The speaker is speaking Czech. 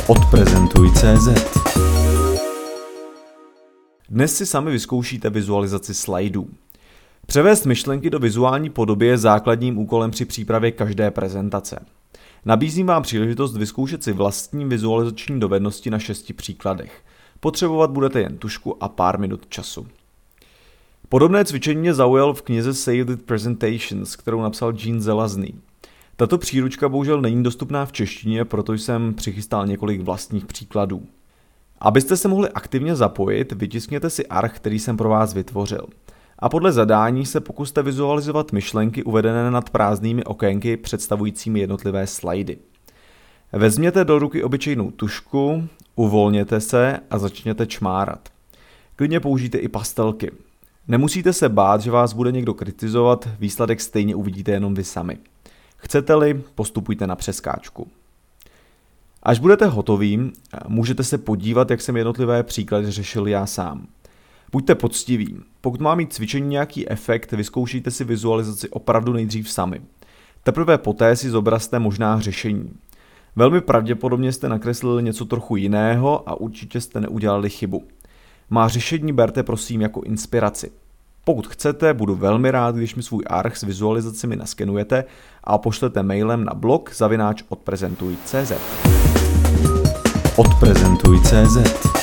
Odprezentuj.cz. Dnes si sami vyzkoušíte vizualizaci slajdů. Převést myšlenky do vizuální podoby je základním úkolem při přípravě každé prezentace. Nabízím vám příležitost vyzkoušet si vlastní vizualizační dovednosti na 6 příkladech. Potřebovat budete jen tužku a pár minut času. Podobné cvičení mě zaujal v knize Save It Presentations, kterou napsal Gene Zelazny. Tato příručka bohužel není dostupná v češtině, proto jsem přichystal několik vlastních příkladů. Abyste se mohli aktivně zapojit, vytiskněte si arch, který jsem pro vás vytvořil. A podle zadání se pokuste vizualizovat myšlenky uvedené nad prázdnými okénky představujícími jednotlivé slajdy. Vezměte do ruky obyčejnou tužku, uvolněte se a začněte čmárat. Klidně použijte i pastelky. Nemusíte se bát, že vás bude někdo kritizovat, výsledek stejně uvidíte jenom vy sami. Chcete-li, postupujte na přeskáčku. Až budete hotoví, můžete se podívat, jak jsem jednotlivé příklady řešil já sám. Buďte poctiví. Pokud má mít cvičení nějaký efekt, vyzkoušejte si vizualizaci opravdu nejdřív sami. Teprve poté si zobrazte možná řešení. Velmi pravděpodobně jste nakreslili něco trochu jiného a určitě jste neudělali chybu. Má řešení berte prosím jako inspiraci. Pokud chcete, budu velmi rád, když mi svůj arch s vizualizacemi naskenujete a pošlete mailem na blog @odprezentuj.cz. Odprezentuj.cz